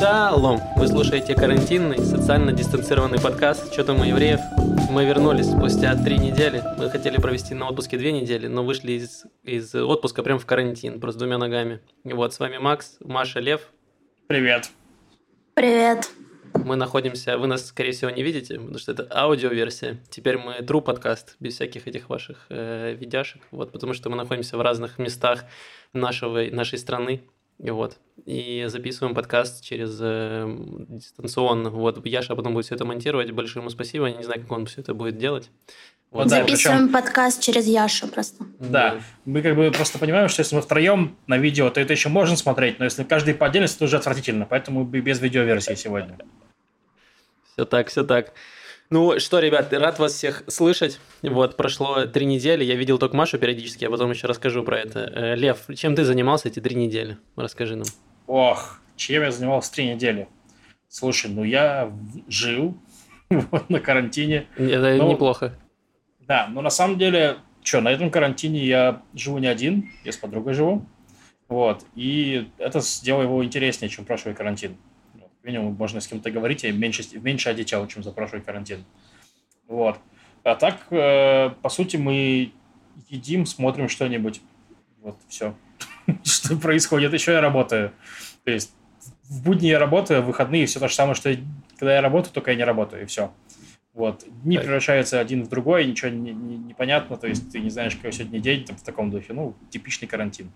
Шалом! Вы слушаете карантинный, социально дистанцированный подкаст «Чё там у евреев?». Мы вернулись спустя 3 недели. Мы хотели провести на отпуске 2 недели, но вышли из отпуска прям в карантин, просто 2 ногами. Вот, с вами Макс, Маша, Лев. Привет. Привет. Мы находимся, вы нас, скорее всего, не видите, потому что это аудиоверсия. Теперь мы true подкаст, без всяких этих ваших видяшек, вот, потому что мы находимся в разных местах нашей страны. И записываем подкаст через дистанционно. Вот, Яша потом будет все это монтировать. Большое ему спасибо. Я не знаю, как он все это будет делать. Вот, записываем подкаст через Яшу просто. Да, мы как бы просто понимаем, что если мы втроем на видео, то это еще можно смотреть, но если каждый по отдельности, то уже отвратительно. Поэтому без видеоверсии сегодня. Все так. Ну что, ребят, рад вас всех слышать. Вот, прошло 3 недели, я видел только Машу периодически, я потом еще расскажу про это. Лев, чем ты занимался эти 3 недели? Расскажи нам. Чем я занимался 3 недели? Слушай, я жил на карантине. Это неплохо. Да, но на самом деле, на этом карантине я живу не один, я с подругой живу. Вот, и это сделало его интереснее, чем прошлый карантин. Минимум можно с кем-то говорить, я меньше одичал, чем за прошлый карантин. Вот. А так, по сути, мы едим, смотрим что-нибудь. Вот, все. Что происходит. Еще я работаю. То есть, в будни я работаю, в выходные все то же самое, что когда я работаю, только я не работаю, и все. Вот. Дни превращаются один в другой, ничего не понятно, то есть, ты не знаешь, какой сегодня день, в таком духе. Типичный карантин.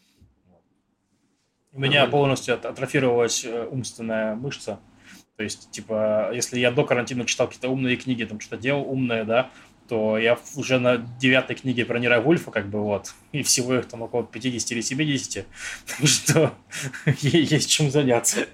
У меня полностью атрофировалась умственная мышца. То есть, если я до карантина читал какие-то умные книги, там что-то делал умное, да, то я уже на 9-й книге про Ниро Вульфа, и всего их там около 50 или 70, так что есть чем заняться.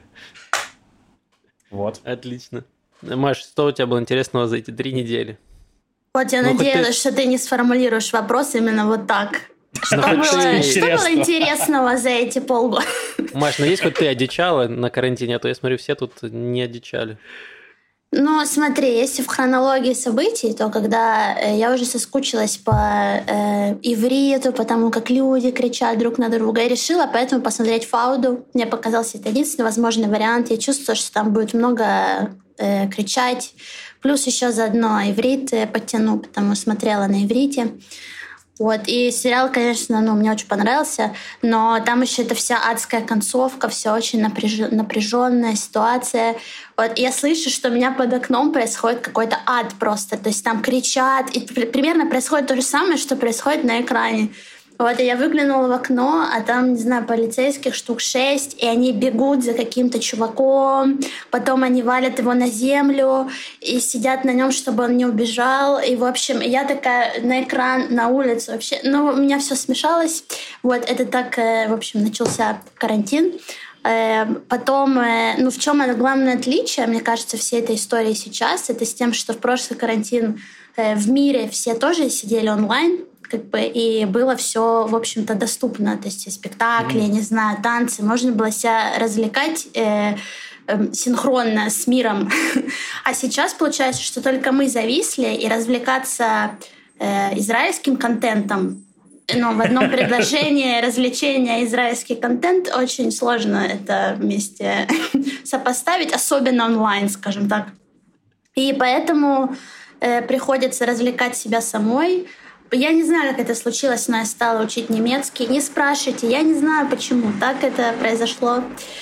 Вот. Отлично. Маш, что у тебя было интересного за эти 3 недели? Вот я надеялась, что ты не сформулируешь вопрос именно вот так. Что было интересного за эти полгода? Маш, есть хоть ты одичала на карантине, а то я смотрю, все тут не одичали. Смотри, если в хронологии событий, то когда я уже соскучилась по ивриту, по тому, как люди кричат друг на друга, я решила поэтому посмотреть Фауду. Мне показался это единственный возможный вариант. Я чувствую, что там будет много кричать. Плюс еще заодно иврит подтяну, потому смотрела на иврите. Вот, и сериал, конечно, мне очень понравился, но там еще это вся адская концовка, все очень напряженная ситуация. Вот, я слышу, что у меня под окном происходит какой-то ад просто, то есть там кричат, и примерно происходит то же самое, что происходит на экране. Вот, и я выглянула в окно, а там, не знаю, полицейских штук 6, и они бегут за каким-то чуваком, потом они валят его на землю и сидят на нем, чтобы он не убежал. И, в общем, я такая на экран, на улицу вообще. У меня все смешалось. Вот, это так, в общем, начался карантин. Потом, в чем это главное отличие, мне кажется, всей этой истории сейчас, это с тем, что в прошлый карантин в мире все тоже сидели онлайн, и было все, в общем-то, доступно. То есть и спектакли, я не знаю, танцы. Можно было себя развлекать синхронно с миром. А сейчас получается, что только мы зависли, и развлекаться израильским контентом, в одном предложении развлечения, израильский контент, очень сложно это вместе сопоставить, особенно онлайн, скажем так. И поэтому приходится развлекать себя самой. Я не знаю, как это случилось, но я стала учить немецкий. Не спрашивайте, я не знаю, почему так это произошло.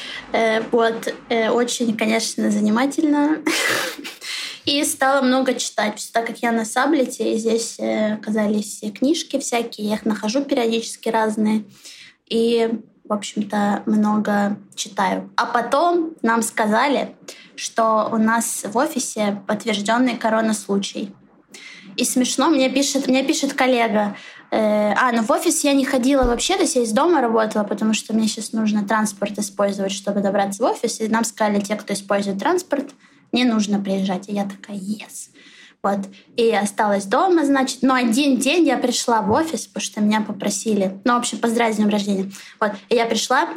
Очень, конечно, занимательно. И стала много читать, так как я на Саблете, и здесь оказались книжки всякие, я их нахожу периодически разные. И, в общем-то, много читаю. А потом нам сказали, что у нас в офисе подтвержденный коронавирус-случай. И смешно, мне пишет коллега, в офис я не ходила вообще, то есть я из дома работала, потому что мне сейчас нужно транспорт использовать, чтобы добраться в офис. И нам сказали, те, кто использует транспорт, не нужно приезжать. И я такая, yes. Вот. И я осталась дома, значит. Но один день я пришла в офис, потому что меня попросили, в общем, поздравить с днем рождения. Вот. И я пришла,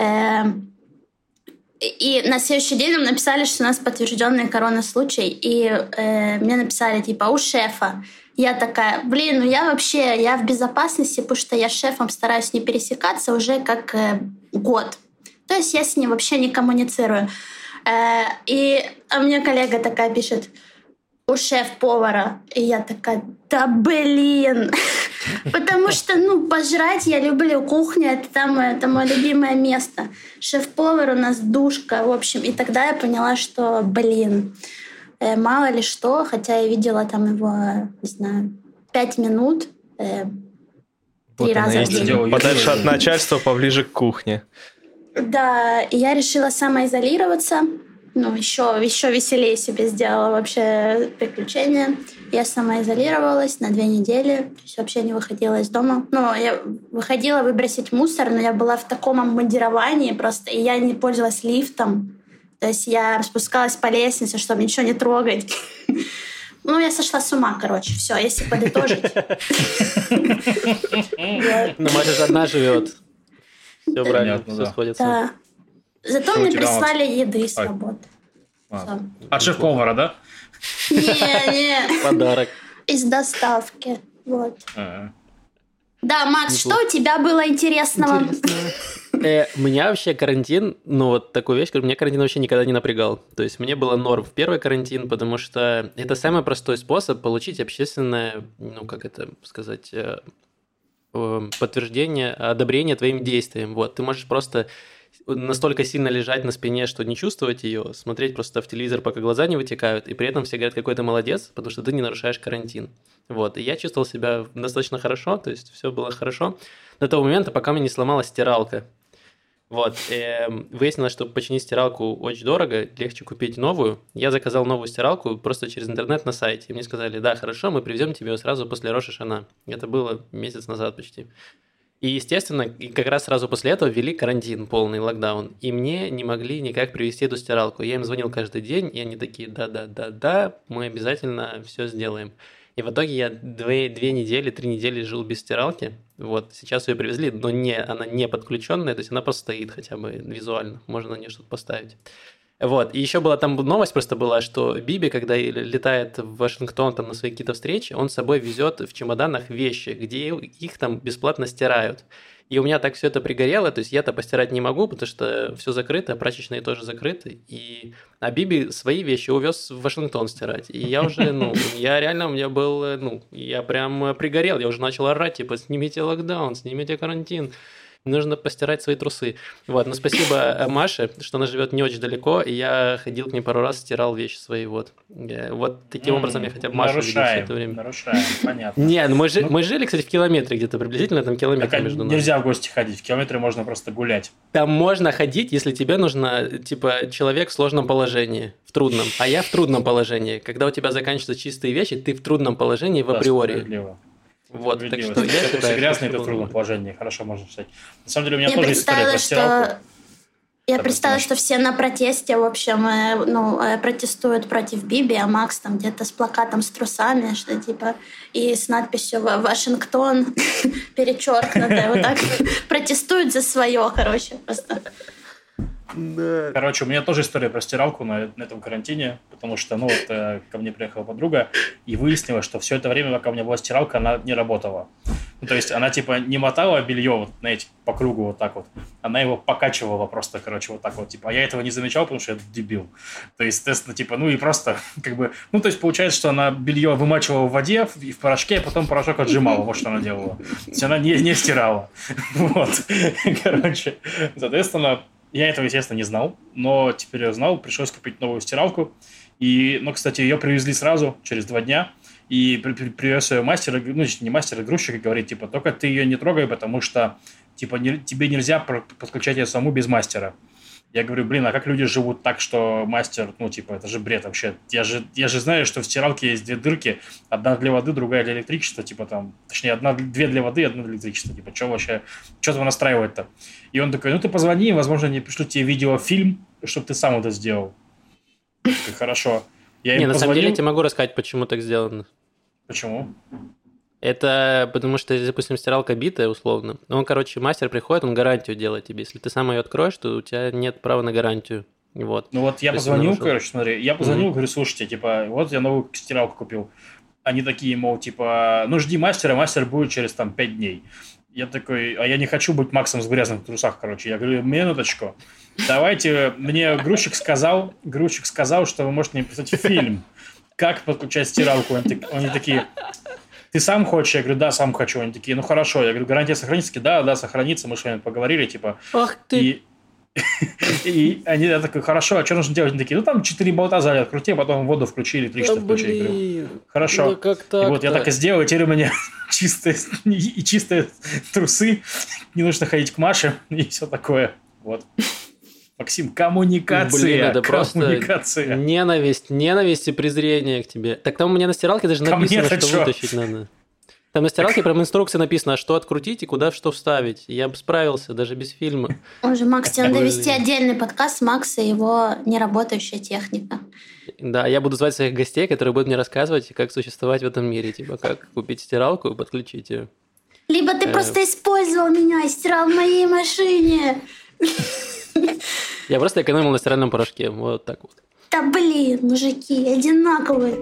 и на следующий день нам написали, что у нас подтвержденный коронавирус-случай. И мне написали, у шефа. Я такая, я в безопасности, потому что я с шефом стараюсь не пересекаться уже как год. То есть я с ним вообще не коммуницирую. А мне коллега такая пишет: у шеф-повара. И я такая: да блин! Потому что, пожрать я люблю. Кухня — это мое любимое место. Шеф-повар у нас душка, в общем. И тогда я поняла, что, мало ли что, хотя я видела там его, не знаю, 5 минут, 3 раза в день. Подальше от начальства, поближе к кухне. Да, и я решила самоизолироваться. Еще веселее себе сделала вообще приключения. Я самоизолировалась на 2 недели, то есть вообще не выходила из дома. Я выходила выбросить мусор, но я была в таком обмундировании просто, и я не пользовалась лифтом. То есть я спускалась по лестнице, чтобы ничего не трогать. Я сошла с ума, короче. Все, если подытожить. Но Маша же одна живет. Все правильно, все сходится. Да. Зато мне прислали еды с работы. От шеф-повара, да? Не. Подарок. Из доставки. Вот. Да, Макс, что у тебя было интересного? Меня вообще карантин, такую вещь, меня карантин вообще никогда не напрягал. То есть мне было норм в первый карантин, потому что это самый простой способ получить общественное, подтверждение, одобрение твоим действиям. Ты можешь просто настолько сильно лежать на спине, что не чувствовать ее, смотреть просто в телевизор, пока глаза не вытекают, и при этом все говорят, какой ты молодец, потому что ты не нарушаешь карантин. И я чувствовал себя достаточно хорошо, то есть все было хорошо до того момента, пока мне не сломалась стиралка. Выяснилось, что починить стиралку очень дорого, легче купить новую. Я заказал новую стиралку просто через интернет на сайте. И мне сказали: да, хорошо, мы привезем тебе ее сразу после Рош ха-Шана. Это было месяц назад почти. И, естественно, как раз сразу после этого ввели карантин, полный локдаун. И мне не могли никак привезти эту стиралку. Я им звонил каждый день, и они такие: да, мы обязательно все сделаем. И в итоге я 3 недели жил без стиралки. Сейчас ее привезли, но она не подключенная, то есть она просто стоит хотя бы визуально, можно на нее что-то поставить. И еще была там новость просто была, что Биби, когда летает в Вашингтон на свои какие-то встречи, он с собой везет в чемоданах вещи, где их там бесплатно стирают. И у меня так все это пригорело, то есть я-то постирать не могу, потому что все закрыто, прачечные тоже закрыты. А Биби свои вещи увез в Вашингтон стирать. И я уже, я прям пригорел, я уже начал орать, снимите локдаун, снимите карантин. Нужно постирать свои трусы. Но спасибо Маше, что она живет не очень далеко, и я ходил к ней пару раз, стирал вещи свои. Таким образом я хотя бы Машу видел все это время. Нарушаем, понятно. Не, мы жили, кстати, в километре где-то приблизительно, там километр между нами. Нельзя в гости ходить, в километре можно просто гулять. Там можно ходить, если тебе нужно, человек в сложном положении, в трудном. А я в трудном положении. Когда у тебя заканчиваются чистые вещи, ты в трудном положении в априори. Справедливо. Так что я считаю, грязный, это в трудном положении, хорошо можно сказать. На самом деле у меня тоже история про стиралку. Я представила, что все на протесте, в общем, протестуют против Биби, а Макс там где-то с плакатом с трусами, что и с надписью «Вашингтон» перечеркнутая, вот так протестуют за свое, просто. Да. Короче, у меня тоже история про стиралку на этом карантине, потому что, ко мне приехала подруга и выяснила, что все это время, пока у меня была стиралка, она не работала. То есть она, не мотала белье, по кругу вот так вот, она его покачивала просто, вот так вот, а я этого не замечал, потому что я дебил. То есть, естественно, и просто, то есть получается, что она белье вымачивала в воде и в порошке, а потом порошок отжимала, вот что она делала. То есть она не стирала. Короче, соответственно, я этого, естественно, не знал, но теперь я знал, пришлось купить новую стиралку. Кстати, ее привезли сразу, через 2 дня, и привез ее мастер, не мастер, а грузчик, и говорит, только ты ее не трогай, потому что, тебе нельзя подключать ее саму без мастера. Я говорю, а как люди живут так, что мастер, это же бред вообще. Я же знаю, что в стиралке есть 2 дырки, одна для воды, другая для электричества, точнее, 2 для воды, 1 для электричества. Что-то настраивать-то? И он такой, ты позвони, возможно, они пришлют тебе видеофильм, чтобы ты сам это сделал. Хорошо. На самом деле я тебе могу рассказать, почему так сделано. Почему? Это потому что, допустим, стиралка битая, условно. Мастер приходит, он гарантию делает тебе. Если ты сам ее откроешь, то у тебя нет права на гарантию. Я позвонил, говорю, слушайте, я новую стиралку купил. Они такие, мол, жди мастера, мастер будет через 5 дней. Я такой, а я не хочу быть Максом в грязных трусах, короче. Я говорю, минуточку, давайте, мне грузчик сказал, что вы можете мне писать фильм, как подключать стиралку. Они такие, ты сам хочешь? Я говорю, да, сам хочу. Они такие, ну хорошо. Я говорю, гарантия сохранится? Такие, да, сохранится. Мы с вами поговорили, типа. Ах ты! И я такой, хорошо, а что нужно делать? Они такие, ну там 4 болта сзади открути, а потом воду включили, электричество включили. Я говорю, хорошо. Ну как И так? вот я так и сделал, и теперь у меня чистые трусы, не нужно ходить к Маше и все такое. Вот. Максим, коммуникация. Блин, это коммуникация. просто ненависть и презрение к тебе. Так там у меня на стиралке даже написано, что вытащить надо. Там на стиралке прям инструкция написано, что открутить и куда что вставить. Я бы справился даже без фильма. Уже, Макс, тебе надо вести отдельный подкаст Макса и его неработающая техника. Да, я буду звать своих гостей, которые будут мне рассказывать, как существовать в этом мире. Типа, как купить стиралку и подключить ее. Либо ты просто использовал меня и стирал в моей машине. Я просто экономил на стиральном порошке. Вот так вот. Да блин, мужики, одинаковые.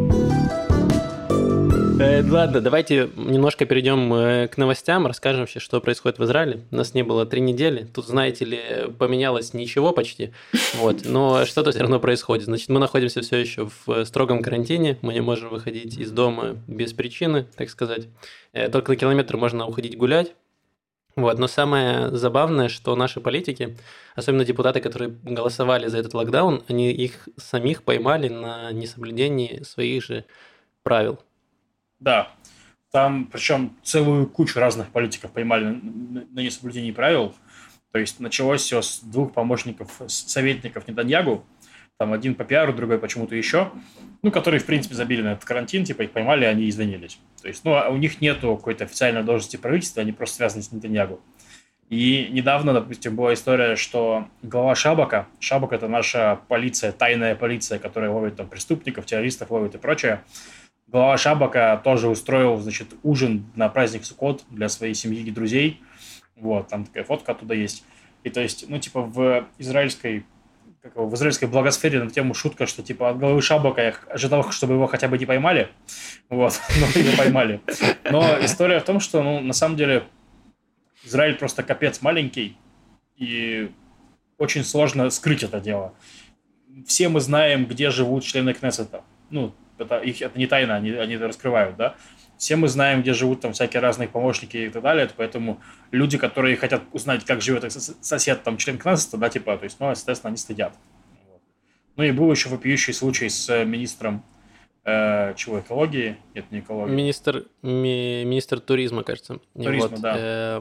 Ладно, давайте немножко перейдем к новостям, расскажем вообще, что происходит в Израиле. У нас не было 3 недели, тут, знаете ли, поменялось ничего почти, вот, но что-то все равно происходит. Значит, мы находимся все еще в строгом карантине, мы не можем выходить из дома без причины, так сказать. Только на километр можно уходить гулять. Вот, но самое забавное, что наши политики, особенно депутаты, которые голосовали за этот локдаун, они их самих поймали на несоблюдении своих же правил. Да, там причем целую кучу разных политиков поймали на несоблюдении правил. То есть началось все с 2 помощников, советников Нетаньягу, там один по пиару, другой почему-то еще, ну, которые, в принципе, забили на этот карантин, типа их поймали, они извинились. То есть, ну, а у них нету какой-то официальной должности правительства, они просто связаны с Нетаньягу. И недавно, допустим, была история, что глава Шабака – это наша полиция, тайная полиция, которая ловит там преступников, террористов ловит и прочее. Глава Шабака тоже устроил, значит, ужин на праздник Суккот для своей семьи и друзей. Вот, там такая фотка оттуда есть. И то есть, ну, типа, в израильской благосфере на тему шутка, что, типа, от главы Шабака я ожидал, чтобы его хотя бы не поймали. Вот, но его поймали. Но история в том, что, ну, на самом деле, Израиль просто капец маленький, и очень сложно скрыть это дело. Все мы знаем, где живут члены Кнессета. Ну, это не тайна, они это раскрывают, да. Все мы знаем, где живут там всякие разные помощники и так далее, поэтому люди, которые хотят узнать, как живет их сосед, там, член Кнессета, да, типа, то есть, ну, естественно, они стыдят. Вот. Ну, и был еще вопиющий случай с министром экологии? Нет, не экологии. Министр туризма, кажется. Туризма, вот, да.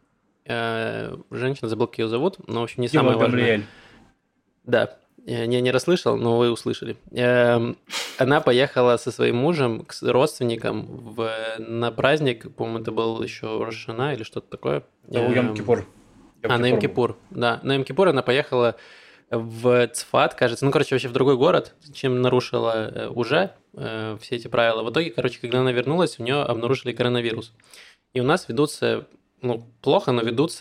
Женщина, забыл, как ее зовут, но, в общем, не Гила самое важное. Гамлиэль. Да, я не расслышал, но вы услышали. Она поехала со своим мужем к родственникам на праздник, по-моему, это был еще Рош ха-Шана или что-то такое. Это был Йом-Кипур. На Йом-Кипур, да. На Йом-Кипур она поехала в Цфат, кажется, ну, короче, вообще в другой город, чем нарушила уже все эти правила. В итоге, короче, когда она вернулась, у нее обнаружили коронавирус. И у нас ведутся, ну, плохо, но ведутся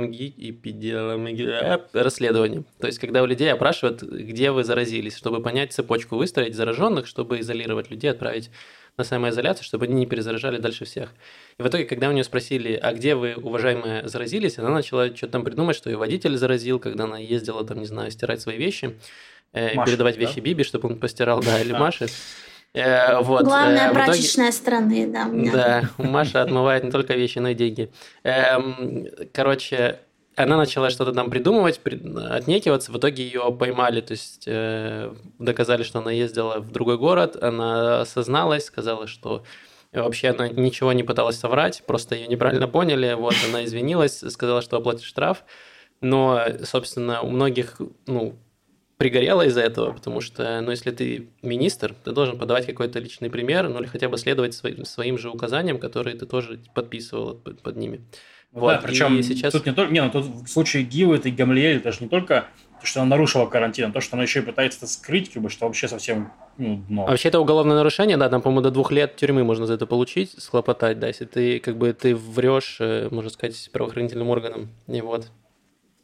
расследования. То есть, когда у людей опрашивают, где вы заразились, чтобы понять цепочку, выстроить зараженных, чтобы изолировать людей, отправить на самоизоляцию, чтобы они не перезаражали дальше всех. И в итоге, когда у нее спросили, а где вы, уважаемая, заразились, она начала что-то там придумать, что и водитель заразил, когда она ездила, там, не знаю, стирать свои вещи, Маша, передавать вещи, да? Биби, чтобы он постирал, да, или Маше. Вот. Главная прачечная страны, да. Да, Маша отмывает не только вещи, но и деньги. Короче, она начала что-то там придумывать, отнекиваться, в итоге ее поймали, то есть доказали, что она ездила в другой город, она созналась, сказала, что вообще она ничего не пыталась соврать, просто ее неправильно поняли, вот, она извинилась, сказала, что оплатит штраф, но, собственно, у многих, ну, пригорело из-за этого, потому что, ну, если ты министр, ты должен подавать какой-то личный пример, ну, или хотя бы следовать своим же указаниям, которые ты тоже подписывал под ними. Вот, да, причем сейчас... тут не только, тут в случае Гилы и Гамлиэль, это же не только то, что она нарушила карантин, а то, что она еще и пытается это скрыть, как бы, что вообще совсем, ну, дно. Вообще это уголовное нарушение, да, там, по-моему, до 2 лет тюрьмы можно за это получить, схлопотать, да, если ты, как бы, ты врешь, можно сказать, правоохранительным органам, и вот.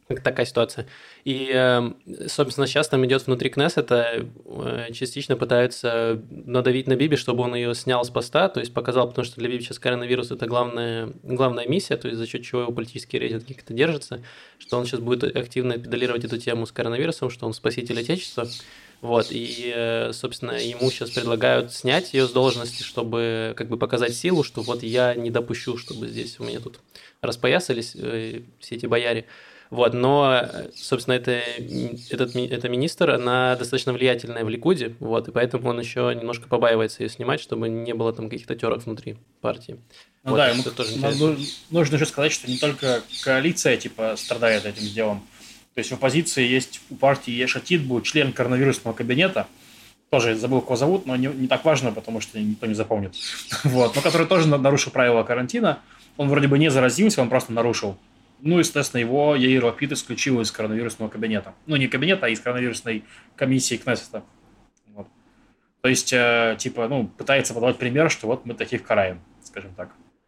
Такая ситуация. И, собственно, сейчас там идет внутри Кнессета, частично пытаются надавить на Биби, чтобы он ее снял с поста, то есть показал, потому что для Биби сейчас коронавирус – это главная миссия, то есть за счет чего его политические рейтинги как-то держатся, что он сейчас будет активно педалировать эту тему с коронавирусом, что он спаситель Отечества. Вот, и, собственно, ему сейчас предлагают снять ее с должности, чтобы как бы показать силу, что вот я не допущу, чтобы здесь у меня тут распоясались все эти бояре. Вот, но, собственно, эта министр, она достаточно влиятельная в Ликуде, вот, и поэтому он еще немножко побаивается ее снимать, чтобы не было там каких-то терок внутри партии. Ну вот, да, ему тоже нужно еще сказать, что не только коалиция типа страдает этим делом. То есть в оппозиции есть у партии Ешатид будет член коронавирусного кабинета, тоже забыл, кого зовут, но не так важно, потому что никто не запомнит. Вот, но который тоже нарушил правила карантина. Он вроде бы не заразился, он просто нарушил. Ну, естественно, его Яир Лапид исключил из коронавирусного кабинета. Ну, не кабинета, а из коронавирусной комиссии Кнессета. Вот. То есть, пытается подавать пример, что вот мы таких караем, скажем так.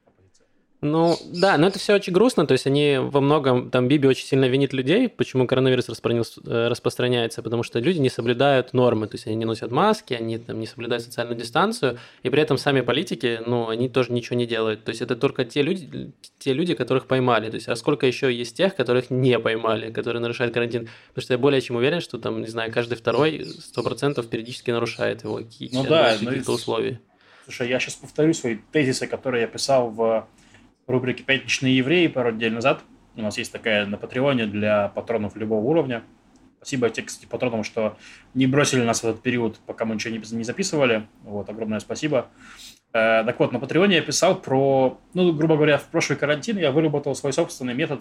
Ну, да, но это все очень грустно, то есть они во многом, там Биби очень сильно винит людей, почему коронавирус распространяется, потому что люди не соблюдают нормы, то есть они не носят маски, они там не соблюдают социальную дистанцию, и при этом сами политики, они тоже ничего не делают, то есть это только те люди, которых поймали, то есть а сколько еще есть тех, которых не поймали, которые нарушают карантин, потому что я более чем уверен, что там, не знаю, каждый второй 100% периодически нарушает его какие-то условия. Слушай, я сейчас повторю свои тезисы, которые я писал в рубрике «Пятничные евреи» пару недель назад. У нас есть такая на Патреоне для патронов любого уровня. Спасибо тем, кстати, патронам, что не бросили нас в этот период, пока мы ничего не записывали. Вот, огромное спасибо. Так вот, на Патреоне я писал про, грубо говоря, в прошлый карантин я выработал свой собственный метод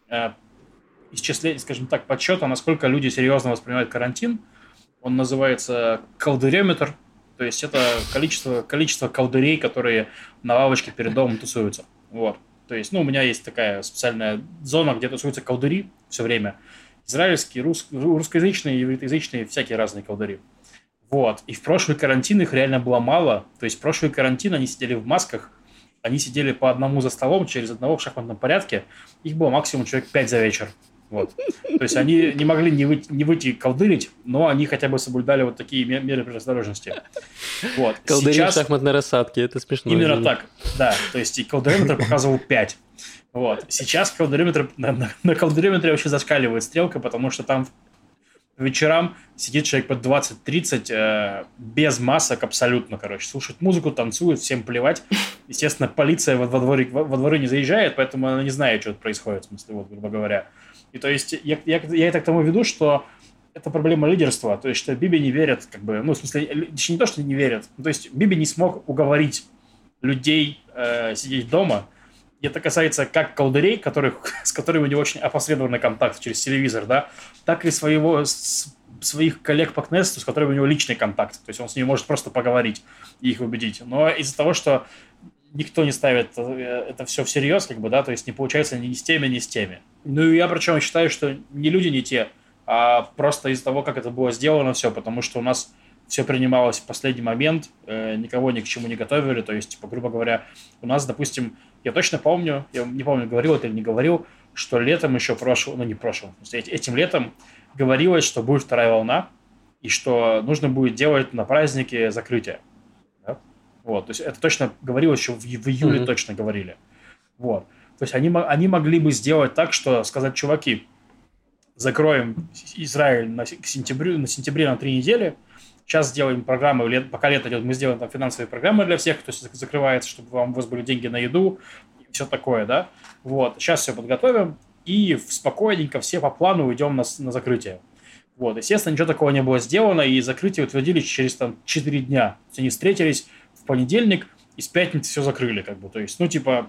исчисления, скажем так, подсчета, насколько люди серьезно воспринимают карантин. Он называется колдыреметр. То есть это количество колдырей, которые на лавочке перед домом тусуются. Вот. То есть, у меня есть такая специальная зона, где тусуются колдыри все время. Израильские, русскоязычные, ивритоязычные, всякие разные колдыри. Вот. И в прошлый карантин их реально было мало. То есть в прошлый карантин они сидели в масках, они сидели по одному за столом, через одного в шахматном порядке. Их было максимум человек 5 за вечер. Вот. То есть они не могли не выйти колдырить, но они хотя бы соблюдали вот такие меры предосторожности. Вот. Колдыри в шахматной рассадке, это смешно. Именно так, да. То есть и колдыреметр показывал 5. Вот. Сейчас на колдыреметре вообще зашкаливает стрелка, потому что там вечерам сидит человек под 20-30 без масок абсолютно, слушает музыку, танцует, всем плевать. Естественно, полиция во дворы не заезжает, поэтому она не знает, что происходит, в смысле, вот, грубо говоря. И то есть я это к тому веду, что это проблема лидерства, то есть что Биби не верят, в смысле, не то, что не верят, то есть Биби не смог уговорить людей сидеть дома. И это касается как колдырей, с которыми у него очень опосредованный контакт через телевизор, да, так и своих коллег по Кнессету, с которыми у него личный контакт. То есть он с ними может просто поговорить и их убедить. Но из-за того, что никто не ставит это все всерьез, то есть не получается ни с теми, ни с теми. Ну и я причем считаю, что не люди не те, а просто из-за того, как это было сделано все, потому что у нас все принималось в последний момент, никого ни к чему не готовили, то есть, грубо говоря, у нас, допустим, я точно помню, я не помню, говорил это или не говорил, что летом еще этим летом говорилось, что будет вторая волна, и что нужно будет делать на празднике закрытие. Да? Вот, то есть это точно говорилось еще в июле, точно говорили. Вот. То есть они могли бы сделать так, что сказать, чуваки, закроем Израиль на сентябре на 3 недели, сейчас сделаем программы, пока лето идет, мы сделаем там финансовые программы для всех, кто закрывается, чтобы у вас были деньги на еду, и все такое, да. Вот, сейчас все подготовим, и спокойненько все по плану уйдем на закрытие. Вот, естественно, ничего такого не было сделано, и закрытие утвердили через 4 дня. То есть они встретились в понедельник, и с пятницы все закрыли, То есть,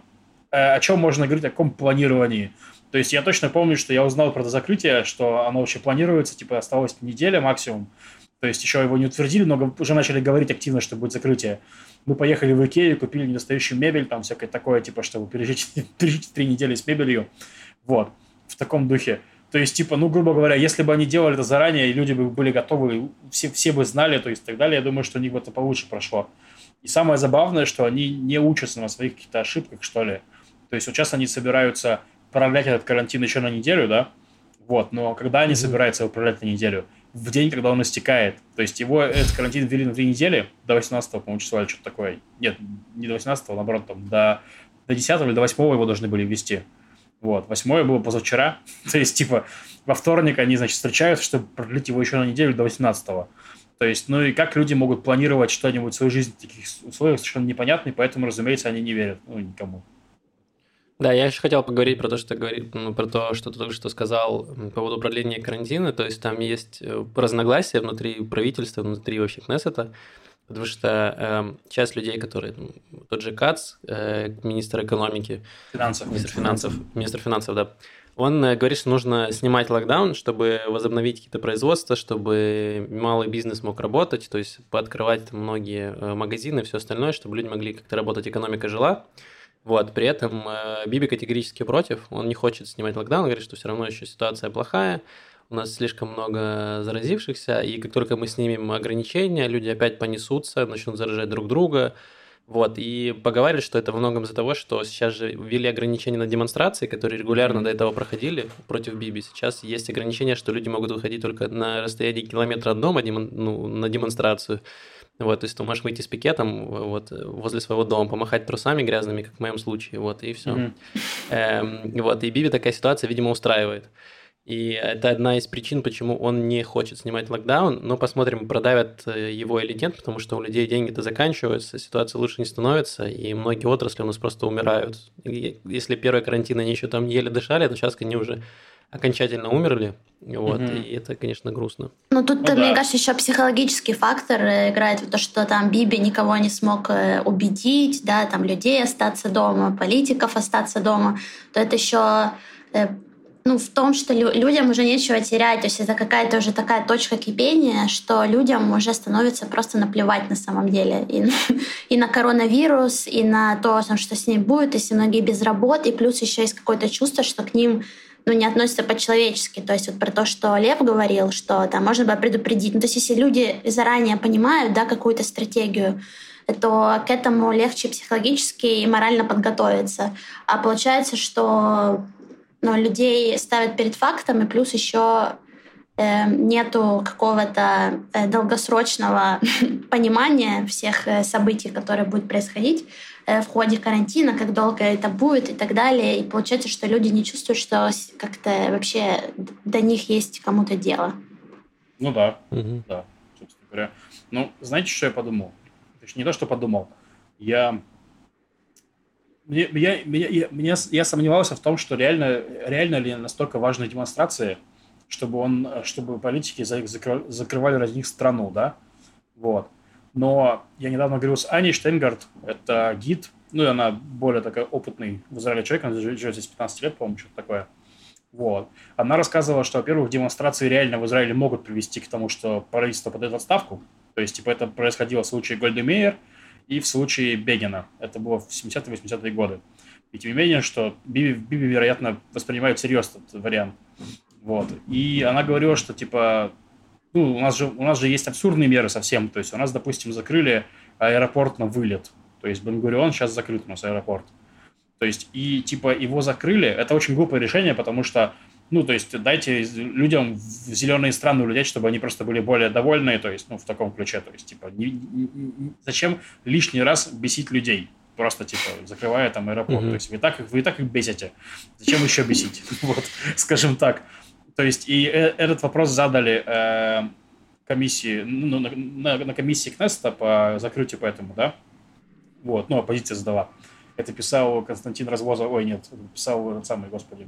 о чем можно говорить, о каком планировании. То есть я точно помню, что я узнал про это закрытие, что оно вообще планируется, осталась неделя максимум. То есть еще его не утвердили, но уже начали говорить активно, что будет закрытие. Мы поехали в Икею, купили недостающую мебель, там всякое такое, чтобы пережить 3 недели с мебелью. Вот, в таком духе. То есть, грубо говоря, если бы они делали это заранее, и люди бы были готовы, все бы знали, то есть, так далее, я думаю, что у них бы это получше прошло. И самое забавное, что они не учатся на своих каких-то ошибках, что ли. То есть, вот сейчас они собираются продлять этот карантин еще на неделю, да, Вот, но когда они собираются управлять на неделю? В день, когда он истекает. То есть его этот карантин ввели на 3 недели, до 18-го, по-моему, числа или что-то такое. Нет, не до 18-го, наоборот, там, до 10-го или до 8-го его должны были ввести. Вот, 8-е было позавчера. То есть, типа, во вторник они, значит, встречаются, чтобы продлить его еще на неделю до 18-го. То есть, ну и как люди могут планировать что-нибудь в свою жизнь в таких условиях, совершенно непонятно, и поэтому, разумеется, они не верят, ну, никому. Да, я еще хотел поговорить про то, что ты только что сказал по поводу продления карантина. То есть там есть разногласия внутри правительства, внутри вообще Кнессета, потому что часть людей, которые, тот же Кац, министр экономики, министр финансов, да, он говорит, что нужно снимать локдаун, чтобы возобновить какие-то производства, чтобы малый бизнес мог работать, то есть пооткрывать многие магазины и все остальное, чтобы люди могли как-то работать, экономика жила. Вот, при этом Биби категорически против, он не хочет снимать локдаун, говорит, что все равно еще ситуация плохая, у нас слишком много заразившихся, и как только мы снимем ограничения, люди опять понесутся, начнут заражать друг друга. Вот, и поговорили, что это во многом из-за того, что сейчас же ввели ограничения на демонстрации, которые регулярно до этого проходили против Биби. Сейчас есть ограничения, что люди могут выходить только на расстоянии километра от дома на демонстрацию. Вот, то есть ты можешь выйти с пикетом вот, возле своего дома, помахать трусами грязными, как в моем случае, вот, и все. Вот, и Биби такая ситуация, видимо, устраивает. И это одна из причин, почему он не хочет снимать локдаун. Но посмотрим, продавят его или нет, потому что у людей деньги-то заканчиваются, ситуация лучше не становится, и многие отрасли у нас просто умирают. И если первый карантин они еще там еле дышали, то сейчас они уже окончательно умерли. Вот, и это, конечно, грустно. Ну, тут, мне кажется, еще психологический фактор играет в то, что там Биби никого не смог убедить, да, там людей остаться дома, политиков остаться дома, то это еще в том, что людям уже нечего терять. То есть это какая-то уже такая точка кипения, что людям уже становится просто наплевать на самом деле. И на коронавирус, и на то, что с ним будет, если многие без работы, и плюс еще есть какое-то чувство, что к ним не относятся по-человечески. То есть вот про то, что Лев говорил, что там можно было предупредить. То есть если люди заранее понимают, да, какую-то стратегию, то к этому легче психологически и морально подготовиться. А получается, что людей ставят перед фактом, и плюс еще нету какого-то долгосрочного понимания всех событий, которые будут происходить в ходе карантина, как долго это будет и так далее. И получается, что люди не чувствуют, что как-то вообще до них есть кому-то дело. Ну да, да, собственно говоря. Ну, знаете, что я подумал? Точнее, не то, что подумал. Я сомневался в том, что реально ли настолько важны демонстрации, чтобы политики закрывали ради них страну, да? Вот. Но я недавно говорил с Аней Штейнгард, это гид, и она более такая опытный в Израиле человек, она живет здесь 15 лет, по-моему, что-то такое. Вот. Она рассказывала, что, во-первых, демонстрации реально в Израиле могут привести к тому, что правительство подает в отставку. То есть, это происходило в случае Гольды Меир и в случае Бегина. Это было в 70-е, 80-е годы. И тем не менее, что Биби, вероятно, воспринимает всерьез этот вариант. Вот. И она говорила, что, у нас же есть абсурдные меры совсем. То есть, у нас, допустим, закрыли аэропорт на вылет. То есть, Бен-Гурион сейчас закрыт у нас аэропорт. То есть, и, его закрыли. Это очень глупое решение, потому что, дайте людям в зеленые страны улететь, чтобы они просто были более довольны, то есть, в таком ключе. То есть, зачем лишний раз бесить людей? Просто, закрывая там аэропорт. То есть, вы и так их бесите. Зачем еще бесить? Вот, скажем так. То есть, и этот вопрос задали комиссии, на комиссии Кнессета по закрытию поэтому, да? Вот, оппозиция задала. Это писал Константин Развозов, писал этот самый, господи,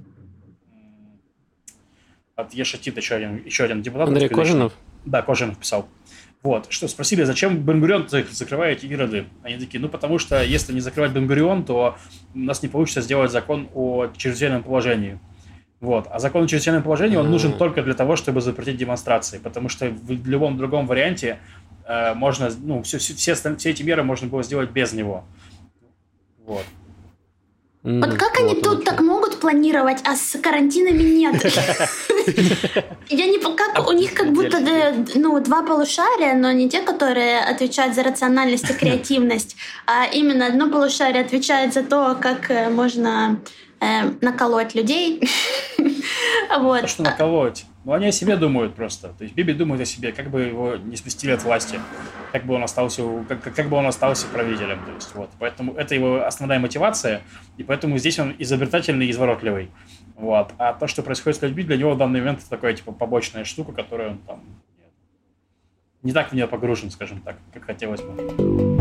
от Ешатит еще один депутат. Андрей Кожинов? Да, Кожинов писал. Вот, что спросили, зачем Бен-Гурион закрываете ироды? Они такие, потому что если не закрывать Бен-Гурион, то у нас не получится сделать закон о чрезвычайном положении. Вот, а закон о чрезвычайном положении, он нужен только для того, чтобы запретить демонстрации, потому что в любом другом варианте можно, все эти меры можно было сделать без него. Вот. Вот как они тут так могут планировать, а с карантинами нет? Я не как у них как будто два полушария, но не те, которые отвечают за рациональность и креативность, а именно одно полушарие отвечает за то, как можно наколоть людей, Вот. Что наколоть? Ну, они о себе думают просто. То есть Биби думает о себе, как бы его не спустили от власти, как бы он остался, как бы он остался правителем. То есть, вот. Поэтому это его основная мотивация, и поэтому здесь он изобретательный и изворотливый. Вот. А то, что происходит с людьми, для него в данный момент это такая, типа, побочная штука, которую он там не так в нее погружен, скажем так, как хотелось бы.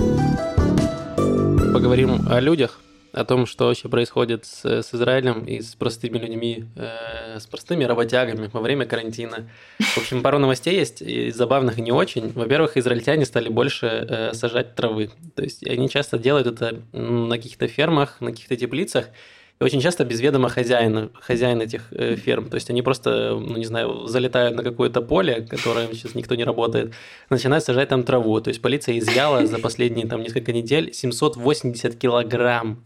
Поговорим о людях, о том, что вообще происходит с Израилем и с простыми людьми, с простыми работягами во время карантина. В общем, пару новостей есть, и забавных, и не очень. Во-первых, израильтяне стали больше сажать травы. То есть они часто делают это на каких-то фермах, на каких-то теплицах, и очень часто без ведома хозяин этих ферм. То есть они просто, ну не знаю, залетают на какое-то поле, которое сейчас никто не работает, начинают сажать там траву. То есть полиция изъяла за последние там несколько недель 780 килограмм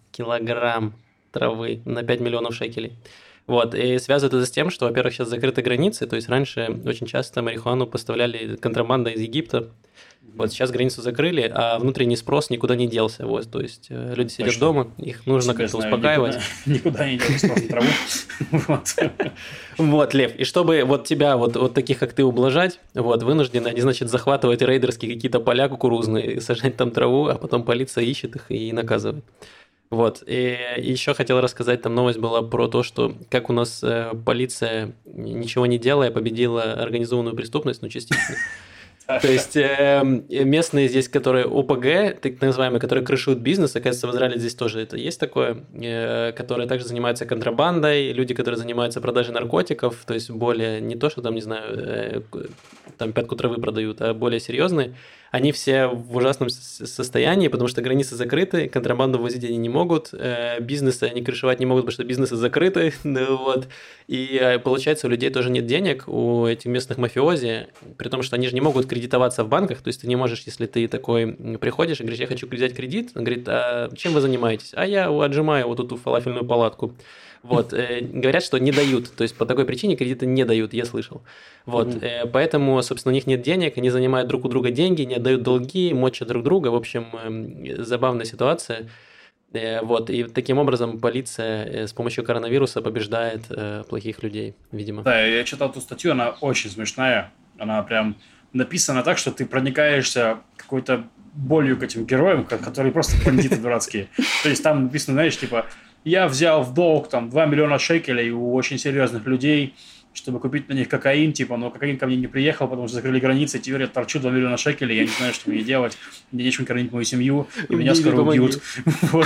травы на 5 миллионов шекелей. Вот, и связывают это с тем, что, во-первых, сейчас закрыты границы, то есть раньше очень часто марихуану поставляли контрабанда из Египта. Вот сейчас границу закрыли, а внутренний спрос никуда не делся. Вот, то есть люди сидят дома, их нужно как-то успокаивать. Никуда не делся спрос на траву. Вот, Лев, и чтобы вот тебя, вот таких, как ты, ублажать, вот, вынуждены они, значит, захватывать рейдерские какие-то поля кукурузные, сажать там траву, а потом полиция ищет их и наказывает. Вот, и еще хотел рассказать, там новость была про то, что как у нас полиция, ничего не делая, победила организованную преступность, ну, частично. То есть местные здесь, которые ОПГ, так называемые, которые крышуют бизнес, оказывается, в Израиле здесь тоже это есть такое, которые также занимаются контрабандой, люди, которые занимаются продажей наркотиков, то есть более не то, что там, не знаю, там пятку травы продают, а более серьезные, они все в ужасном состоянии, потому что границы закрыты, контрабанду возить они не могут, бизнесы они крышевать не могут, потому что бизнесы закрыты, вот. И получается, у людей тоже нет денег, у этих местных мафиози, при том, что они же не могут кредитоваться в банках, то есть ты не можешь, если ты такой приходишь и говоришь, я хочу взять кредит, он говорит, а чем вы занимаетесь? А я отжимаю вот эту фалафельную палатку. Вот, говорят, что не дают, то есть по такой причине кредиты не дают, я слышал. Вот, поэтому, собственно, у них нет денег, они занимают друг у друга деньги, не отдают долги, мочат друг друга, в общем, забавная ситуация. Вот, и таким образом полиция с помощью коронавируса побеждает плохих людей, видимо. Да, я читал эту статью, она очень смешная, она прям написана так, что ты проникаешься какой-то болью к этим героям, которые просто бандиты дурацкие. То есть там написано, знаешь, типа, я взял в долг там 2 миллиона шекелей у очень серьезных людей, чтобы купить на них кокаин, типа, но кокаин ко мне не приехал, потому что закрыли границы, теперь я торчу 2 миллиона шекелей, я не знаю, что мне делать, мне нечем кормить мою семью, и меня скоро убьют. Вот.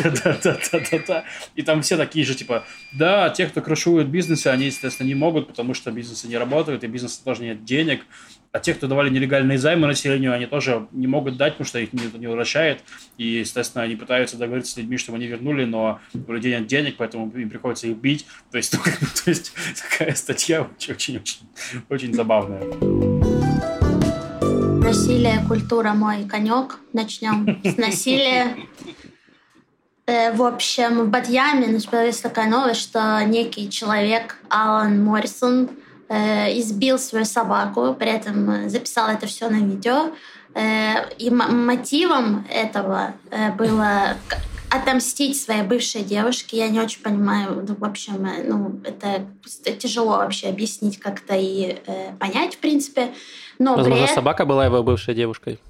Да. И там все такие же, типа, да, те, кто крышуют бизнесы, они, естественно, не могут, потому что бизнесы не работают, и бизнесу тоже нет денег. А те, кто давали нелегальные займы населению, они тоже не могут дать, потому что их никто не возвращает. И, естественно, они пытаются договориться с людьми, чтобы они вернули, но у людей нет денег, поэтому им приходится их бить. То есть такая статья очень забавная. Насилие, культура мой конек. Начнем с насилия. В общем, в Бат-Яме появилась такая новость, что некий человек, Алан Моррисон, избил свою собаку, при этом записал это все на видео. И мотивом этого было отомстить своей бывшей девушке. Я не очень понимаю, в общем, это тяжело вообще объяснить как-то и понять, в принципе. Но возможно, собака была его бывшей девушкой?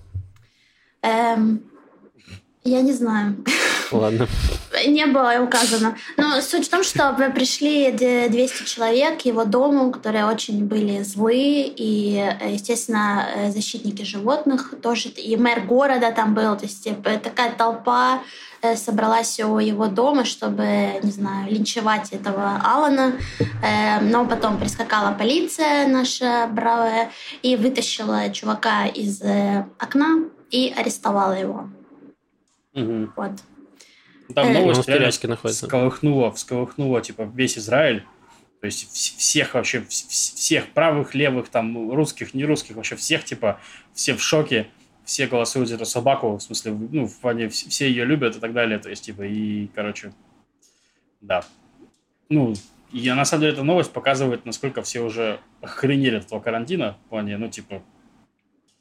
Я не знаю. Ладно. Не было указано. Но суть в том, что пришли 200 человек к его дому, которые очень были злые, и, естественно, защитники животных тоже, и мэр города там был, то есть такая толпа собралась у его дома, чтобы, не знаю, линчевать этого Алана. Но потом прискакала полиция наша бравая и вытащила чувака из окна и арестовала его. Угу. Вот. Там новость реально всколыхнула типа весь Израиль. То есть всех вообще, всех правых, левых, там, русских, нерусских, вообще всех, типа, все в шоке, все голосуют за эту собаку, в смысле, ну, в плане, все ее любят и так далее. То есть, типа, и, короче, да. Ну, и на самом деле эта новость показывает, насколько все уже охренели от этого карантина, в плане, ну, типа...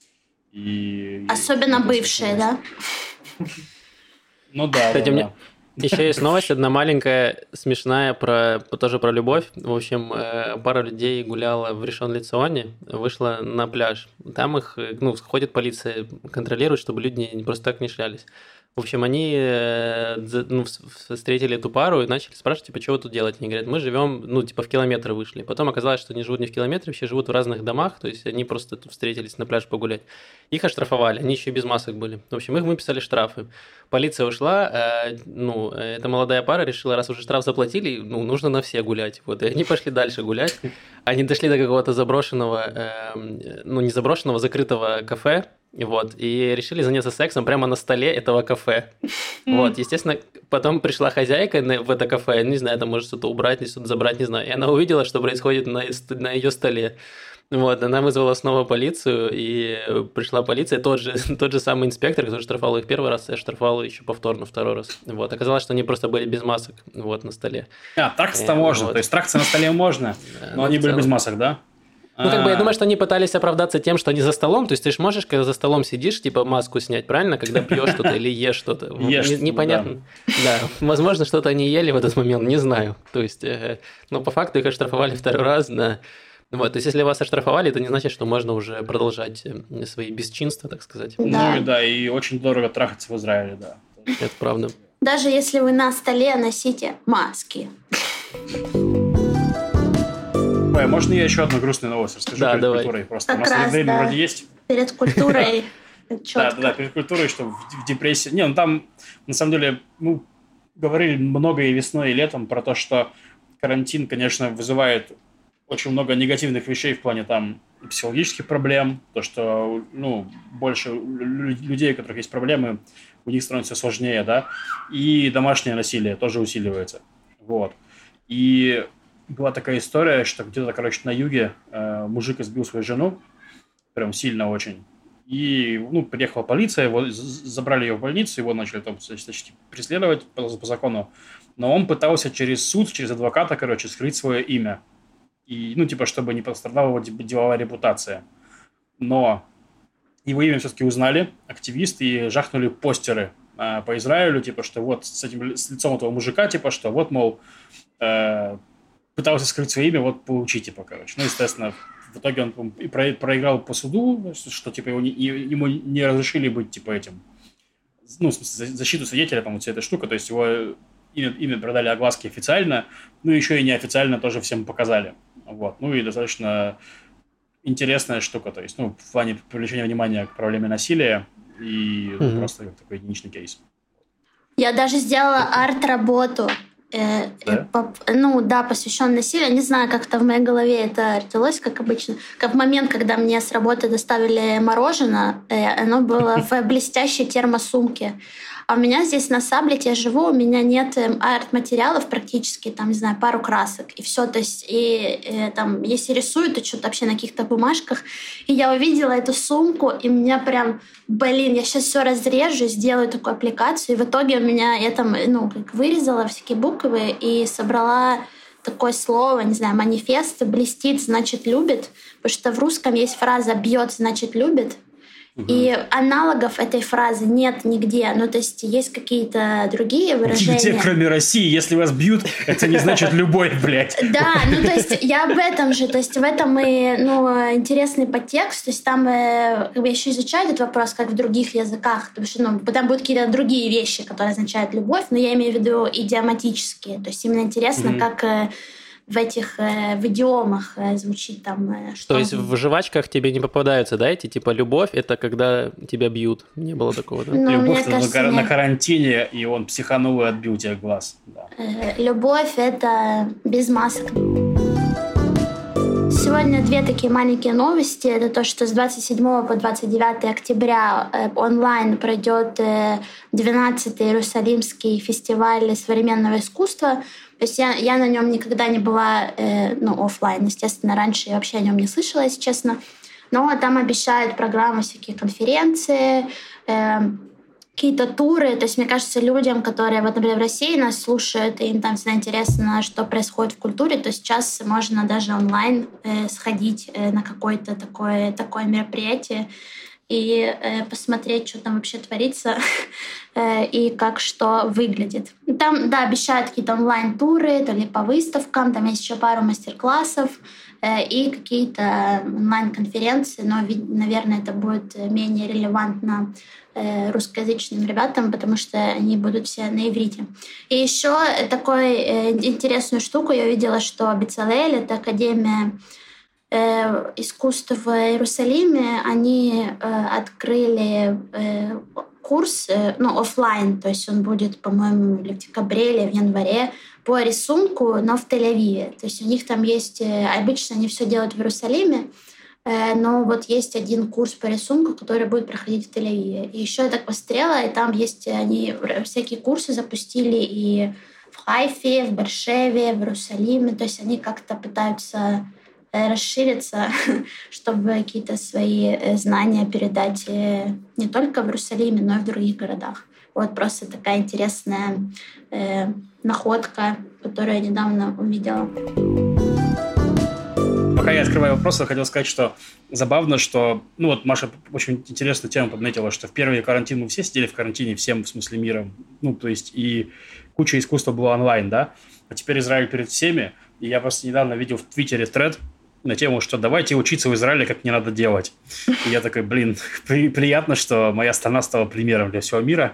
Особенно бывшие, да? Ну да, кстати, да. Еще есть новость одна маленькая, смешная, тоже про любовь. В общем, пара людей гуляла в Ришон-ле-Ционе, вышла на пляж. Там их, ходит полиция, контролирует, чтобы люди просто так не шлялись. В общем, они встретили эту пару и начали спрашивать, типа, что вы тут делаете? Они говорят, мы живем, в километр вышли. Потом оказалось, что они живут не в километре, вообще живут в разных домах, то есть они просто тут встретились на пляж погулять. Их оштрафовали, они еще и без масок были. В общем, их выписали штрафы. Полиция ушла, эта молодая пара решила, раз уже штраф заплатили, нужно на все гулять. Вот, и они пошли дальше гулять. Они дошли до какого-то заброшенного, не заброшенного, закрытого кафе, вот, и решили заняться сексом прямо на столе этого кафе. Вот, естественно, потом пришла хозяйка в это кафе, не знаю, там может что-то убрать, что-то забрать, не знаю, и она увидела, что происходит на ее столе. Вот, она вызвала снова полицию, и пришла полиция, тот же самый инспектор, который штрафовал их первый раз, штрафовал еще повторно второй раз. Вот, оказалось, что они просто были без масок, вот, на столе. Трахаться можно, вот. То есть трахаться на столе можно, но они были без масок, да? Я думаю, что они пытались оправдаться тем, что они за столом. То есть ты же можешь, когда за столом сидишь, типа маску снять, правильно? Когда пьешь что-то или ешь что-то. Непонятно. Да, возможно, что-то они ели в этот момент, не знаю. То есть, но по факту их оштрафовали второй раз, да. Вот, то есть, если вас оштрафовали, это не значит, что можно уже продолжать свои бесчинства, так сказать. Да. И очень дорого трахаться в Израиле, да. Это правда. Даже если вы на столе носите маски. Можно я еще одну грустную новость расскажу перед культурой? Просто как у нас время вроде есть. Перед культурой. Да, перед культурой, что в депрессии... там, на самом деле, говорили много и весной, и летом про то, что карантин, конечно, вызывает очень много негативных вещей в плане там психологических проблем, то, что, больше людей, у которых есть проблемы, у них становится сложнее, да, и домашнее насилие тоже усиливается, вот. И была такая история, что где-то, на юге мужик избил свою жену, прям сильно очень, и, приехала полиция, его забрали ее в больницу, его начали там, значит, преследовать по закону, но он пытался через суд, через адвоката, скрыть свое имя. И, чтобы не пострадала его деловая репутация. Но его имя все-таки узнали активисты и жахнули постеры по Израилю, что вот с лицом этого мужика, что вот, мол, пытался скрыть свое имя, вот получи, естественно, в итоге он и проиграл по суду, что, ему не разрешили быть, этим, защиту свидетеля, там, вот вся эта штука, то есть его имя продали огласке официально, еще и неофициально тоже всем показали. Вот. И достаточно интересная штука, то есть, в плане привлечения внимания к проблеме насилия и просто такой единичный кейс. Я даже сделала арт-работу, посвященную насилию. Не знаю, как-то в моей голове это родилось, как обычно. Как в момент, когда мне с работы доставили мороженое, оно было в блестящей термосумке. А у меня здесь на Саблете я живу, у меня нет арт-материалов практически, там, не знаю, пару красок, и все. То есть, там, если рисую, то что-то вообще на каких-то бумажках. И я увидела эту сумку, и меня прям, я сейчас все разрежу, сделаю такую аппликацию. И в итоге у меня я там, вырезала всякие буквы и собрала такое слово, не знаю, манифест. Блестит, значит, любит. Потому что в русском есть фраза «бьет, значит, любит». И аналогов этой фразы нет нигде. То есть есть какие-то другие выражения. Нигде, кроме России. Если вас бьют, это не значит любовь, блядь. Да, то есть я об этом же. То есть в этом и интересный подтекст. То есть там я еще изучаю этот вопрос, как в других языках. Потому что там будут какие-то другие вещи, которые означают любовь, но я имею в виду идиоматические. То есть именно интересно, как в идиомах звучит там что. То есть в жвачках тебе не попадаются, да, эти типа любовь, это когда тебя бьют. Не было такого, да? Любовь на карантине, и он психанул и отбил тебе глаз. Да. Любовь — это без масок. Сегодня две такие маленькие новости. Это то, что с 27 по 29 октября онлайн пройдет 12-й Иерусалимский фестиваль современного искусства. То есть я на нем никогда не была, офлайн, естественно, раньше я вообще о нем не слышала, если честно. Но там обещают программы, всякие конференции, какие-то туры. То есть, мне кажется, людям, которые, например, в России нас слушают, и им там всегда интересно, что происходит в культуре, то сейчас можно даже онлайн сходить на какое-то такое мероприятие и посмотреть, что там вообще творится. и как что выглядит. Там, да, обещают какие-то онлайн-туры, то ли по выставкам, там есть еще пару мастер-классов и какие-то онлайн-конференции, но, наверное, это будет менее релевантно русскоязычным ребятам, потому что они будут все на иврите. И еще такую интересную штуку я видела, что Бецалель — это Академия искусств в Иерусалиме, они открыли курс, офлайн, то есть он будет, по-моему, или в декабре, или в январе, по рисунку, но в Тель-Авиве. То есть у них там есть, обычно они все делают в Иерусалиме, но вот есть один курс по рисунку, который будет проходить в Тель-Авиве. И еще я так посмотрела, и там есть, они всякие курсы запустили и в Хайфе, в Бершеве, в Иерусалиме. То есть они как-то пытаются расшириться, чтобы какие-то свои знания передать не только в Иерусалиме, но и в других городах. Вот просто такая интересная находка, которую я недавно увидела. Пока я открываю вопрос, я хотел сказать, что забавно, что... Маша очень интересную тему подметила, что в первый карантин мы все сидели в карантине, всем, в смысле, миром. То есть и куча искусства была онлайн, да? А теперь Израиль перед всеми. И я просто недавно видел в Твиттере тред на тему, что давайте учиться в Израиле, как не надо делать. И я такой, приятно, что моя страна стала примером для всего мира.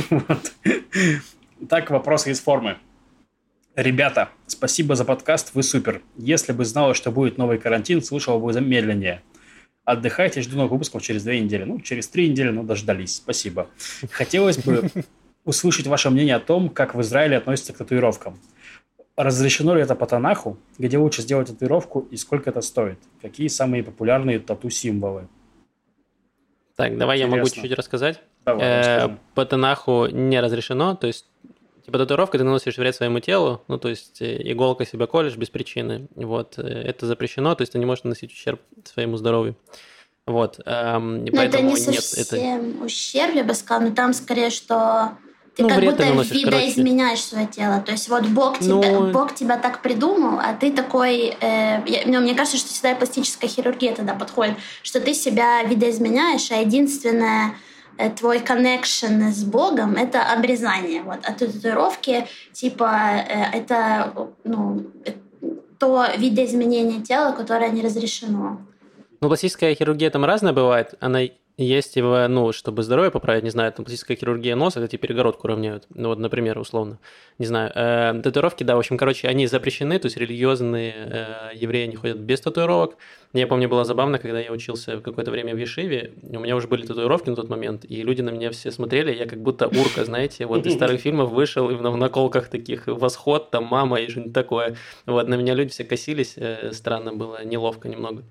Так, вопросы из формы. Ребята, спасибо за подкаст, вы супер. Если бы знала, что будет новый карантин, слушал бы замедленнее. Отдыхайте, жду новых выпусков через 2 недели. Через 3 недели, но дождались. Спасибо. Хотелось бы услышать ваше мнение о том, как в Израиле относятся к татуировкам. Разрешено ли это по Танаху? Где лучше сделать татуировку и сколько это стоит? Какие самые популярные тату-символы? Так, давай я могу чуть-чуть рассказать. Давай, по Танаху не разрешено, то есть татуировка ты наносишь вред своему телу, то есть иголкой себя колешь без причины, это запрещено, то есть ты не можешь наносить ущерб своему здоровью. Но это не совсем ущерб, я бы сказала, но там скорее, что ты как будто видоизменяешь свое тело. То есть Бог тебя так придумал, а ты такой... мне кажется, что всегда пластическая хирургия тогда подходит, что ты себя видоизменяешь, а единственное... твой коннекшн с Богом — это обрезание. А татуировки, это то видоизменение тела, которое не разрешено. Пластическая хирургия там разная бывает. Она есть, чтобы здоровье поправить, не знаю, пластическая хирургия носа, это перегородку равняют. Например, условно. Не знаю. Татуировки, да, в общем, они запрещены, то есть религиозные евреи не ходят без татуировок. Я помню, было забавно, когда я учился в какое-то время в Ешиве, у меня уже были татуировки на тот момент, и люди на меня все смотрели, я как будто урка, знаете, из старых фильмов вышел, и в наколках таких «Восход», там «Мама» и что-нибудь такое. На меня люди все косились, странно было, неловко немного.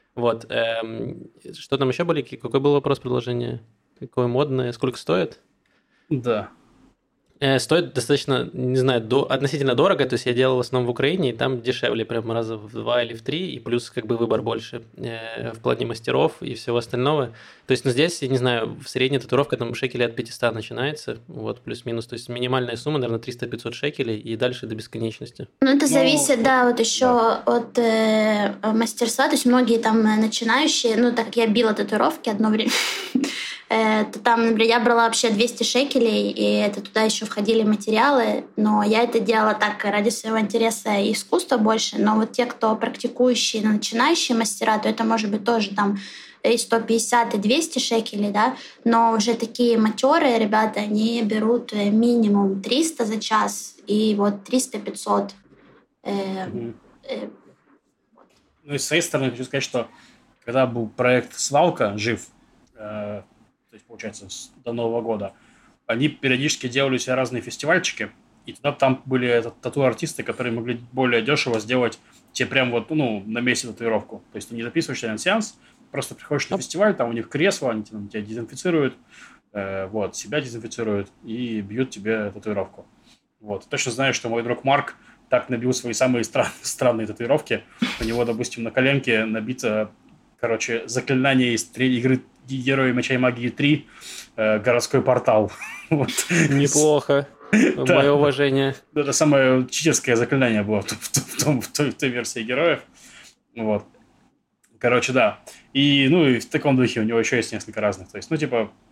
Что там еще были? Какой был вопрос, предложение? Какое модное? Сколько стоит? Да. Стоит достаточно, не знаю, относительно дорого. То есть я делал в основном в Украине, и там дешевле, прям раза в 2 или в 3, и плюс выбор больше в плане мастеров и всего остального. То есть здесь, я не знаю, в средняя татуировка там шекелей от 500 начинается, плюс-минус. То есть минимальная сумма, наверное, 300-500 шекелей, и дальше до бесконечности. Это зависит, еще от мастерства. То есть многие там начинающие, так как я била татуировки одно время, то там, например, я брала вообще 200 шекелей, и это туда еще входили материалы, но я это делала так ради своего интереса и искусства больше, но те, кто практикующие, начинающие мастера, то это может быть тоже там и 150, и 200 шекелей, да, но уже такие матерые ребята, они берут минимум 300 за час, и 300-500. И с своей стороны хочу сказать, что когда был проект «Свалка» жив, то есть, получается, до Нового года, они периодически делали себе разные фестивальчики, и тогда там были тату-артисты, которые могли более дешево сделать тебе прям на месте татуировку. То есть ты не записываешься на сеанс, просто приходишь на фестиваль, там у них кресло, они тебя дезинфицируют, себя дезинфицируют и бьют тебе татуировку. Точно знаю, что мой друг Марк так набил свои самые странные татуировки. У него, допустим, на коленке набито, заклинание из игры «Герои меча и магии 3», городской портал. Неплохо. Мое уважение. Это самое читерское заклинание было в той версии героев. Да. И в таком духе у него еще есть несколько разных. То есть,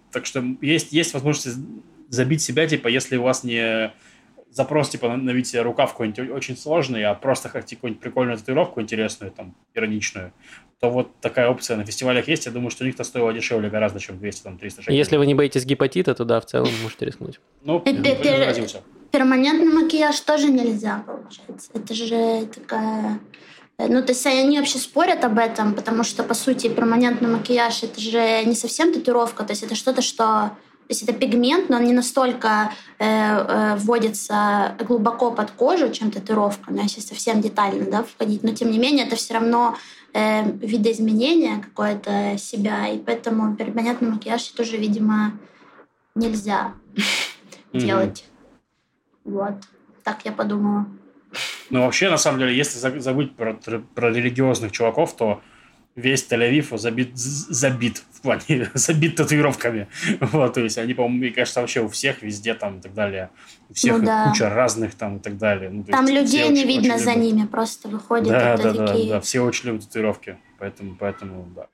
Так что есть возможность забить себя, типа, если у вас не запрос, типа, набить себе рукав какой-нибудь очень сложный, а просто хотите какую-нибудь прикольную татуировку интересную, там, ироничную, то вот такая опция на фестивалях есть. Я думаю, что у них-то стоило дешевле гораздо, чем 200-300 шекелей. Если вы не боитесь гепатита, то да, в целом можете рискнуть. Ну, заразился. Перманентный макияж тоже нельзя, получается. Это же такая... Ну, то есть они вообще спорят об этом, потому что, по сути, перманентный макияж — это же не совсем татуировка, то есть это что-то, что... То есть это пигмент, но он не настолько вводится глубоко под кожу, чем татуировка, но если совсем детально, да, входить. Но, тем не менее, это все равно видоизменение какое-то себя, и поэтому перманентный макияж тоже, видимо, нельзя делать. Вот. Так я подумала. Ну, вообще, на самом деле, если забыть про религиозных чуваков, то весь Тель-Авив забит в плане забит татуировками. Вот, то есть они, по-моему, мне кажется, вообще у всех везде там и так далее. У всех куча разных там и так далее. Ну, там людей не видно за ними, просто выходят. Да, все очень любят татуировки. Поэтому, да.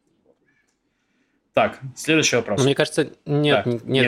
Так, следующий вопрос. Мне кажется, нет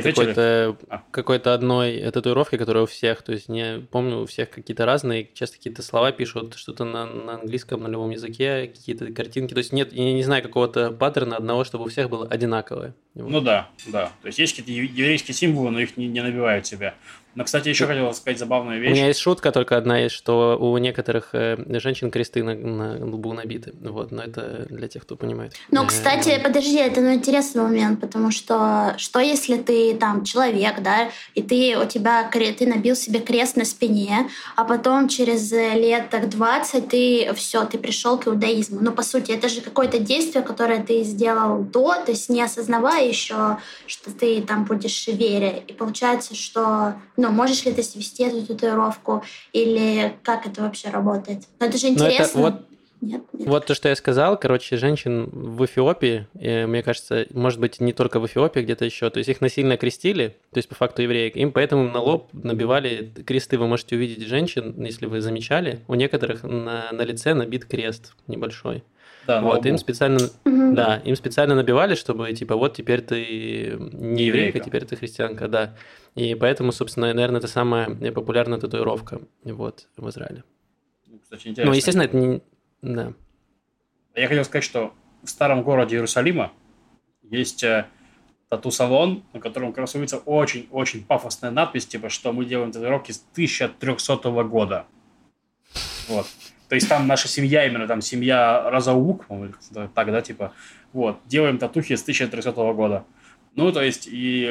какой-то одной татуировки, которая у всех. То есть, не помню, у всех какие-то разные, часто какие-то слова пишут, что-то на английском, на любом языке, какие-то картинки. То есть, нет, я не знаю какого-то паттерна одного, чтобы у всех было одинаковое. Ну да. То есть, есть какие-то еврейские символы, но их не набивают себя. Но, кстати, еще хотел сказать забавную вещь. У меня есть шутка только одна есть, что у некоторых женщин кресты на лбу набиты. Вот, но это для тех, кто понимает. Ну, кстати, подожди, это интересный момент, потому что если ты там человек, да, и ты набил себе крест на спине, а потом через лет так 20 ты пришел к иудаизму. Ну, по сути, это же какое-то действие, которое ты сделал до, то есть не осознавая еще, что ты там будешь в вере. И получается, что можешь ли ты свести эту татуировку, или как это вообще работает? Но это же интересно. Нет. Вот то, что я сказал, женщин в Эфиопии, мне кажется, может быть, не только в Эфиопии, где-то еще, то есть их насильно крестили, то есть по факту евреек, им поэтому на лоб набивали кресты. Вы можете увидеть женщин, если вы замечали, у некоторых на лице набит крест небольшой. Да, вот, им специально набивали, чтобы, типа, вот теперь ты не еврейка, теперь ты христианка, да. И поэтому, собственно, наверное, это самая популярная татуировка вот, в Израиле. Кстати, интересно. Ну, естественно, это не... Да. Я хотел сказать, что в старом городе Иерусалима есть тату-салон, на котором красуется очень-очень пафосная надпись, типа, что мы делаем татуировки с 1300 года. Вот. То есть там наша семья, именно там семья Разаук, по-моему, так, да, типа, вот, делаем татухи с 1300 года. Ну, то есть,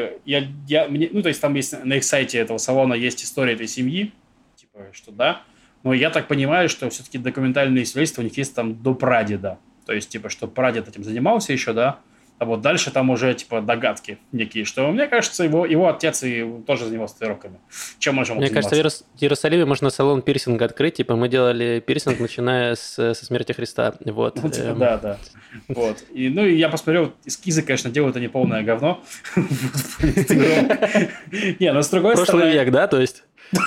то есть там есть на их сайте этого салона есть история этой семьи, типа, что да. Но я так понимаю, что все-таки документальные свидетельства у них есть там до прадеда. То есть, типа, что прадед этим занимался еще, да. А вот дальше там уже, типа, догадки некие, что, мне кажется, его отец и тоже занимался татуировками. Чем он же мог заниматься? Мне кажется, в Иерусалиме можно салон пирсинга открыть, типа, мы делали пирсинг, начиная со смерти Христа, вот. Ну, типа, да. Вот. И я посмотрел, эскизы, конечно, делают они полное говно. Не, но с другой стороны... Прошлый век, да, то есть?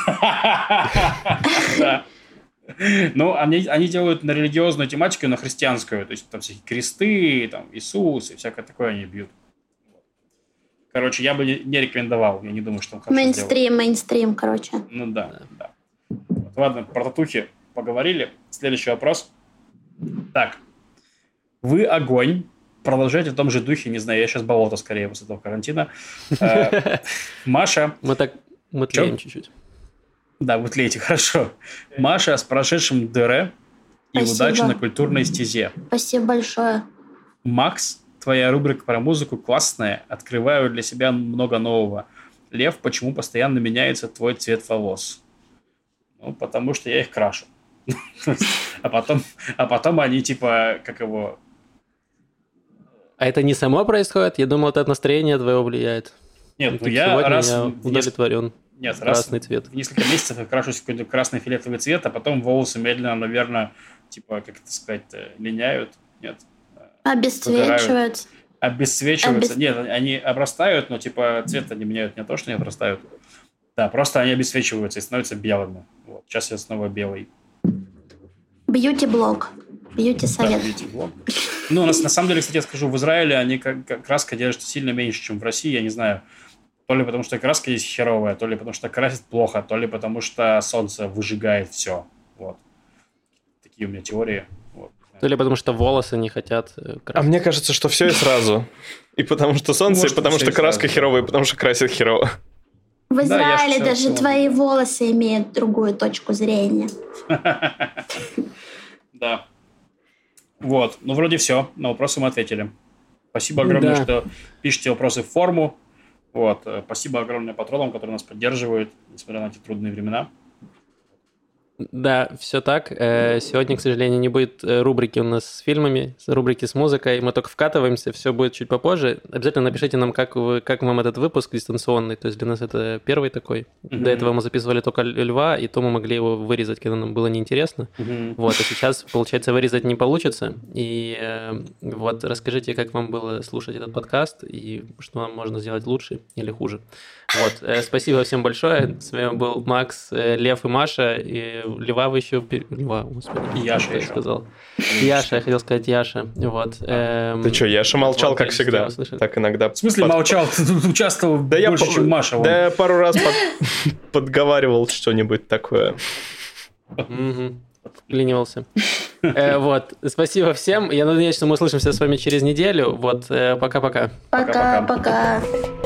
Да. Ну, они делают на религиозную тематику, на христианскую. То есть там всякие кресты, там Иисус и всякое такое они бьют. Короче, я бы не рекомендовал. Я не думаю, что он хорошо сделает. Мейнстрим, короче. Ну да. Вот, ладно, про татухи поговорили. Следующий вопрос. Так. Вы огонь. Продолжайте в том же духе. Не знаю, я сейчас болото скорее после этого карантина. Маша. Мы тлеем чуть-чуть. Да, вы тлеете, хорошо. Маша, с прошедшим ДР и удачи на культурной стезе. Спасибо большое. Макс, твоя рубрика про музыку классная. Открываю для себя много нового. Лев, почему постоянно меняется твой цвет волос? Ну, потому что я их крашу. А потом они типа, как его... А это не само происходит? Я думал, это от настроения твоего влияет. Нет, ну я удовлетворен. Нет, красный цвет. В несколько месяцев я крашусь в какой-то красный фиолетовый цвет, а потом волосы медленно, наверное, типа, как это сказать, линяют. Нет. Обесцвечиваются. Обесцвечиваются. Нет, они обрастают, но типа цвет они меняют не то, что они обрастают. Да, просто они обесцвечиваются и становятся белыми. Вот. Сейчас я снова белый. Бьюти-блог. Бьюти-совет. Да, бьюти-блог. Ну, на самом деле, кстати, я скажу, в Израиле они краска держится сильно меньше, чем в России, я не знаю. То ли потому, что краска здесь херовая, то ли потому, что красит плохо, то ли потому, что солнце выжигает все. Вот. Такие у меня теории. Вот. То ли потому, что волосы не хотят красить. А мне кажется, что все и сразу. И потому что солнце, Может, и потому всё что и краска сразу. херовая, и потому что красит херово. В Да, я Израиле считаю, даже что- твои волосы имеют другую точку зрения. Да. Вот. Ну, вроде все. На вопросы мы ответили. Спасибо огромное, Да. что пишете вопросы в форму. Вот. Спасибо огромное патронам, которые нас поддерживают, несмотря на эти трудные времена. Да, все так. Сегодня, к сожалению, не будет рубрики у нас с фильмами, рубрики с музыкой. Мы только вкатываемся, все будет чуть попозже. Обязательно напишите нам, как вам этот выпуск дистанционный. То есть для нас это первый такой. До этого мы записывали только Льва, и то мы могли его вырезать, когда нам было неинтересно. Вот, а сейчас, получается, вырезать не получится. И вот расскажите, как вам было слушать этот подкаст, и что нам можно сделать лучше или хуже. Вот, спасибо всем большое. С вами был Макс, Лев и Маша, и Льва вы еще... Льва, господи. И Яша что я еще. сказал. Яша, я хотел сказать Яша. Вот. Ты что, Яша молчал, вот, как если всегда. вы слышали. Так иногда... В смысле молчал? Ты тут участвовал Да больше, чем Маша. вон. Да я пару раз подговаривал что-нибудь такое. Вклинивался. Вот. Спасибо всем. Я надеюсь, что мы услышимся с вами через неделю. Вот. Пока-пока. Пока-пока. Пока-пока.